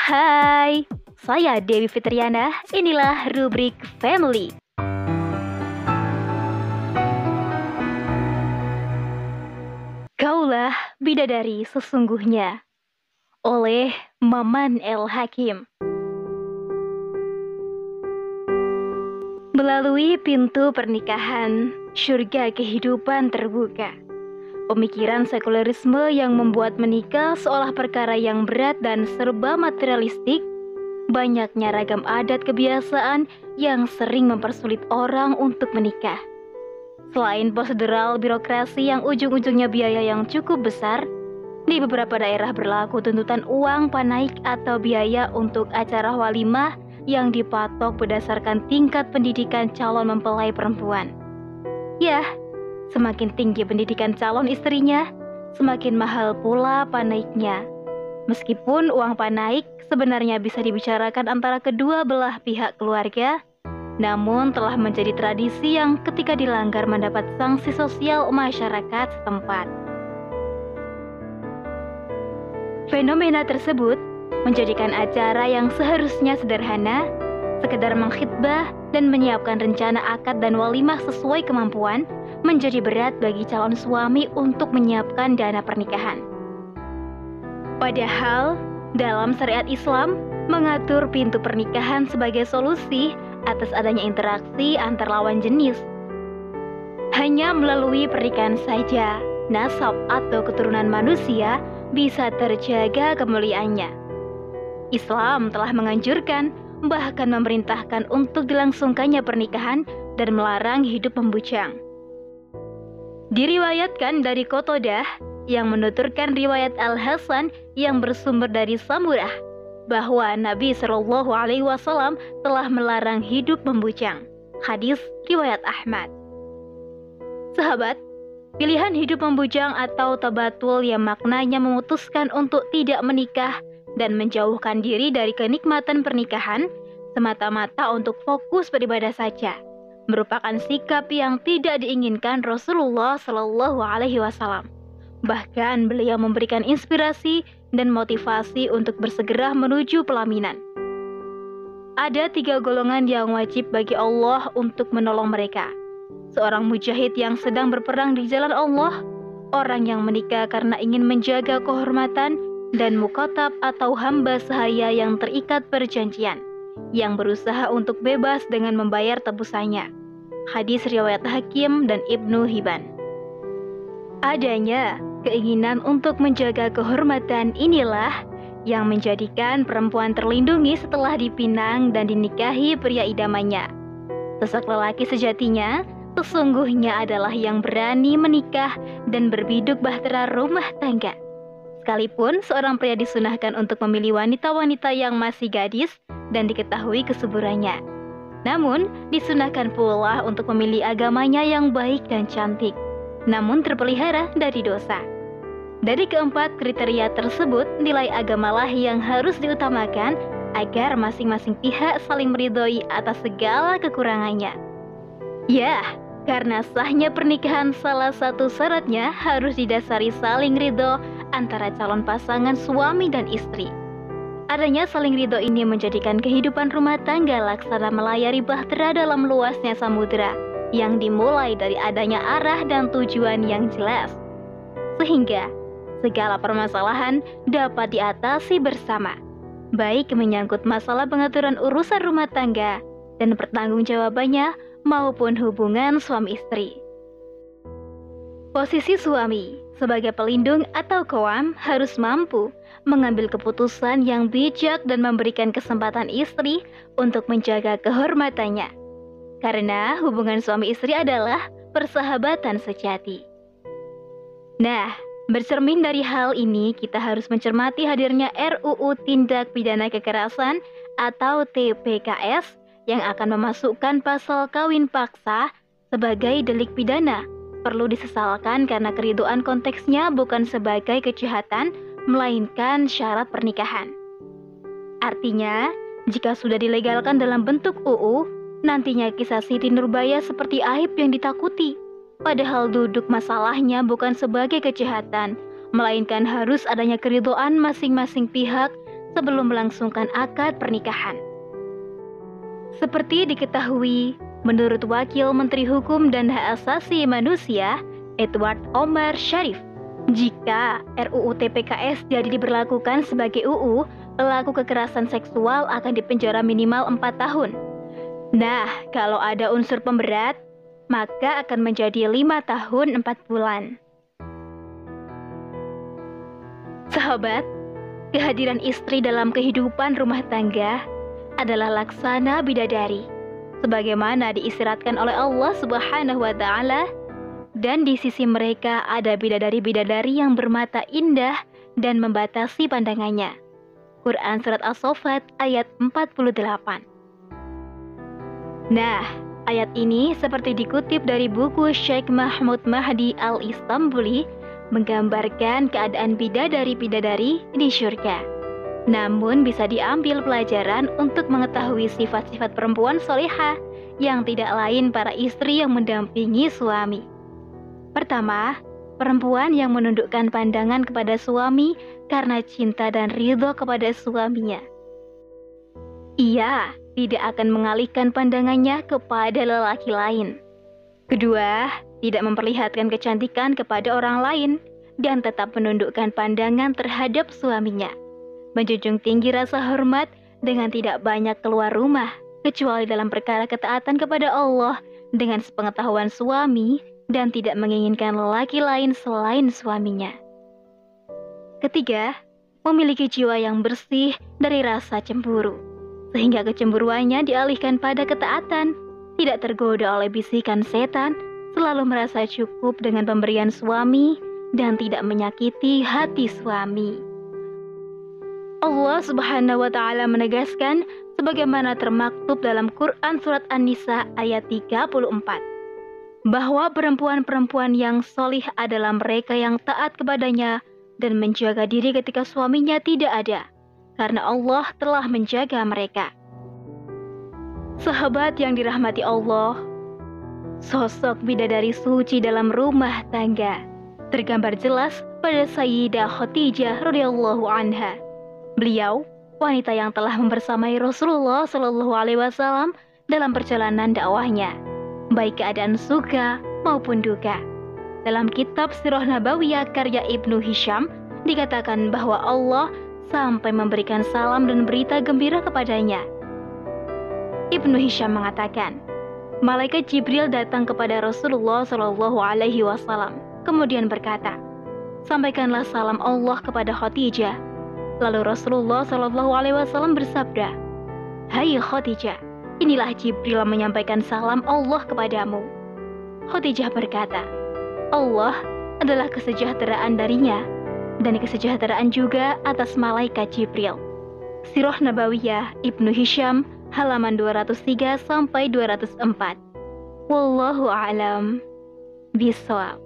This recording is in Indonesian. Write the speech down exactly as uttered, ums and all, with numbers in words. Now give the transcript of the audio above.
Hai, saya Dewi Fitriana, inilah rubrik Family. Kaulah bidadari sesungguhnya, oleh Maman El Hakim. Melalui pintu pernikahan, surga kehidupan terbuka. Pemikiran sekulerisme yang membuat menikah seolah perkara yang berat dan serba materialistik, banyaknya ragam adat kebiasaan yang sering mempersulit orang untuk menikah. Selain prosedural birokrasi yang ujung-ujungnya biaya yang cukup besar, di beberapa daerah berlaku tuntutan uang panaik atau biaya untuk acara walimah yang dipatok berdasarkan tingkat pendidikan calon mempelai perempuan. Yah, semakin tinggi pendidikan calon istrinya, semakin mahal pula panaiknya. Meskipun uang panaik sebenarnya bisa dibicarakan antara kedua belah pihak keluarga, namun telah menjadi tradisi yang ketika dilanggar mendapat sanksi sosial masyarakat setempat. Fenomena tersebut menjadikan acara yang seharusnya sederhana, sekedar mengkhitbah dan menyiapkan rencana akad dan walimah sesuai kemampuan, menjadi berat bagi calon suami untuk menyiapkan dana pernikahan. Padahal, dalam syariat Islam mengatur pintu pernikahan sebagai solusi atas adanya interaksi antar lawan jenis. Hanya melalui pernikahan saja, nasab atau keturunan manusia bisa terjaga kemuliaannya. Islam telah menganjurkan, bahkan memerintahkan untuk dilangsungkannya pernikahan dan melarang hidup membujang. Diriwayatkan dari Qatadah yang menuturkan riwayat Al-Hasan yang bersumber dari Samurah bahwa Nabi Shallallahu Alaihi Wasallam telah melarang hidup membujang. Hadis riwayat Ahmad. Sahabat, pilihan hidup membujang atau tabatul yang maknanya memutuskan untuk tidak menikah dan menjauhkan diri dari kenikmatan pernikahan semata-mata untuk fokus beribadah saja, merupakan sikap yang tidak diinginkan Rasulullah Shallallahu Alaihi Wasallam. Bahkan beliau memberikan inspirasi dan motivasi untuk bersegera menuju pelaminan. Ada tiga golongan yang wajib bagi Allah untuk menolong mereka. Seorang mujahid yang sedang berperang di jalan Allah, orang yang menikah karena ingin menjaga kehormatan, dan mukatab atau hamba sahaya yang terikat perjanjian, yang berusaha untuk bebas dengan membayar tebusannya. Hadis riwayat Hakim dan Ibnu Hibban. Adanya keinginan untuk menjaga kehormatan inilah yang menjadikan perempuan terlindungi setelah dipinang dan dinikahi pria idamannya. Sosok lelaki sejatinya sesungguhnya adalah yang berani menikah dan berbiduk bahtera rumah tangga. Sekalipun seorang pria disunahkan untuk memilih wanita-wanita yang masih gadis dan diketahui kesuburannya, namun disunahkan pula untuk memilih agamanya yang baik dan cantik, namun terpelihara dari dosa. Dari keempat kriteria tersebut, nilai agamalah yang harus diutamakan agar masing-masing pihak saling meridhoi atas segala kekurangannya. Ya, karena sahnya pernikahan salah satu syaratnya harus didasari saling ridho antara calon pasangan suami dan istri. Adanya saling ridho ini menjadikan kehidupan rumah tangga laksana melayari bahtera dalam luasnya samudera yang dimulai dari adanya arah dan tujuan yang jelas, sehingga segala permasalahan dapat diatasi bersama, baik menyangkut masalah pengaturan urusan rumah tangga dan pertanggungjawabannya maupun hubungan suami istri. Posisi suami sebagai pelindung atau qawam harus mampu mengambil keputusan yang bijak dan memberikan kesempatan istri untuk menjaga kehormatannya. Karena hubungan suami istri adalah persahabatan sejati. Nah, bercermin dari hal ini kita harus mencermati hadirnya R U U Tindak Pidana Kekerasan atau T P K S yang akan memasukkan pasal kawin paksa sebagai delik pidana. Perlu disesalkan karena keriduan konteksnya bukan sebagai kejahatan, melainkan syarat pernikahan. Artinya, jika sudah dilegalkan dalam bentuk U U, nantinya kisah Siti Nurbaya seperti aib yang ditakuti. Padahal duduk masalahnya bukan sebagai kejahatan, melainkan harus adanya keriduan masing-masing pihak sebelum melangsungkan akad pernikahan. Seperti diketahui, menurut Wakil Menteri Hukum dan Hak Asasi Manusia, Edward Omar Sharif, jika R U U T P K S jadi diberlakukan sebagai U U, pelaku kekerasan seksual akan dipenjara minimal empat tahun. Nah, kalau ada unsur pemberat, maka akan menjadi lima tahun empat bulan. Sahabat, kehadiran istri dalam kehidupan rumah tangga adalah laksana bidadari, sebagaimana diisyaratkan oleh Allah Subhanahu wa Ta'ala, dan di sisi mereka ada bidadari-bidadari yang bermata indah dan membatasi pandangannya. Quran Surat As-Saffat ayat empat puluh delapan. Nah, ayat ini seperti dikutip dari buku Syekh Mahmud Mahdi Al-Istanbuli, menggambarkan keadaan bidadari-bidadari di syurga. Namun bisa diambil pelajaran untuk mengetahui sifat-sifat perempuan solehah yang tidak lain para istri yang mendampingi suami. Pertama, perempuan yang menundukkan pandangan kepada suami karena cinta dan ridho kepada suaminya. Ia tidak akan mengalihkan pandangannya kepada lelaki lain. Kedua, tidak memperlihatkan kecantikan kepada orang lain dan tetap menundukkan pandangan terhadap suaminya. Menjunjung tinggi rasa hormat dengan tidak banyak keluar rumah, kecuali dalam perkara ketaatan kepada Allah dengan sepengetahuan suami dan tidak menginginkan lelaki lain selain suaminya. Ketiga, memiliki jiwa yang bersih dari rasa cemburu, sehingga kecemburuannya dialihkan pada ketaatan, tidak tergoda oleh bisikan setan, selalu merasa cukup dengan pemberian suami dan tidak menyakiti hati suami. Allah Subhanahu wa Ta'ala menegaskan sebagaimana termaktub dalam Quran Surat An-Nisa ayat tiga puluh empat, bahwa perempuan-perempuan yang solih adalah mereka yang taat kepadanya dan menjaga diri ketika suaminya tidak ada, karena Allah telah menjaga mereka. Sahabat yang dirahmati Allah, sosok bidadari suci dalam rumah tangga tergambar jelas pada Sayyidah Khadijah radhiyallahu anha. Beliau, wanita yang telah membersamai Rasulullah Shallallahu Alaihi Wasallam dalam perjalanan dakwahnya, baik keadaan suka maupun duka. Dalam kitab Sirah Nabawiyah karya Ibnu Hisham, dikatakan bahwa Allah sampai memberikan salam dan berita gembira kepadanya. Ibnu Hisham mengatakan, malaikat Jibril datang kepada Rasulullah Shallallahu Alaihi Wasallam, kemudian berkata, sampaikanlah salam Allah kepada Khadijah. Lalu Rasulullah Shallallahu Alaihi Wasallam bersabda, hai Khadijah, inilah Jibril menyampaikan salam Allah kepadamu. Khadijah berkata, Allah adalah kesejahteraan darinya, dan kesejahteraan juga atas malaikat Jibril. Sirah Nabawiyah Ibnu Hisham halaman dua ratus tiga sampai dua ratus empat. Wallahu a'lam bishawab.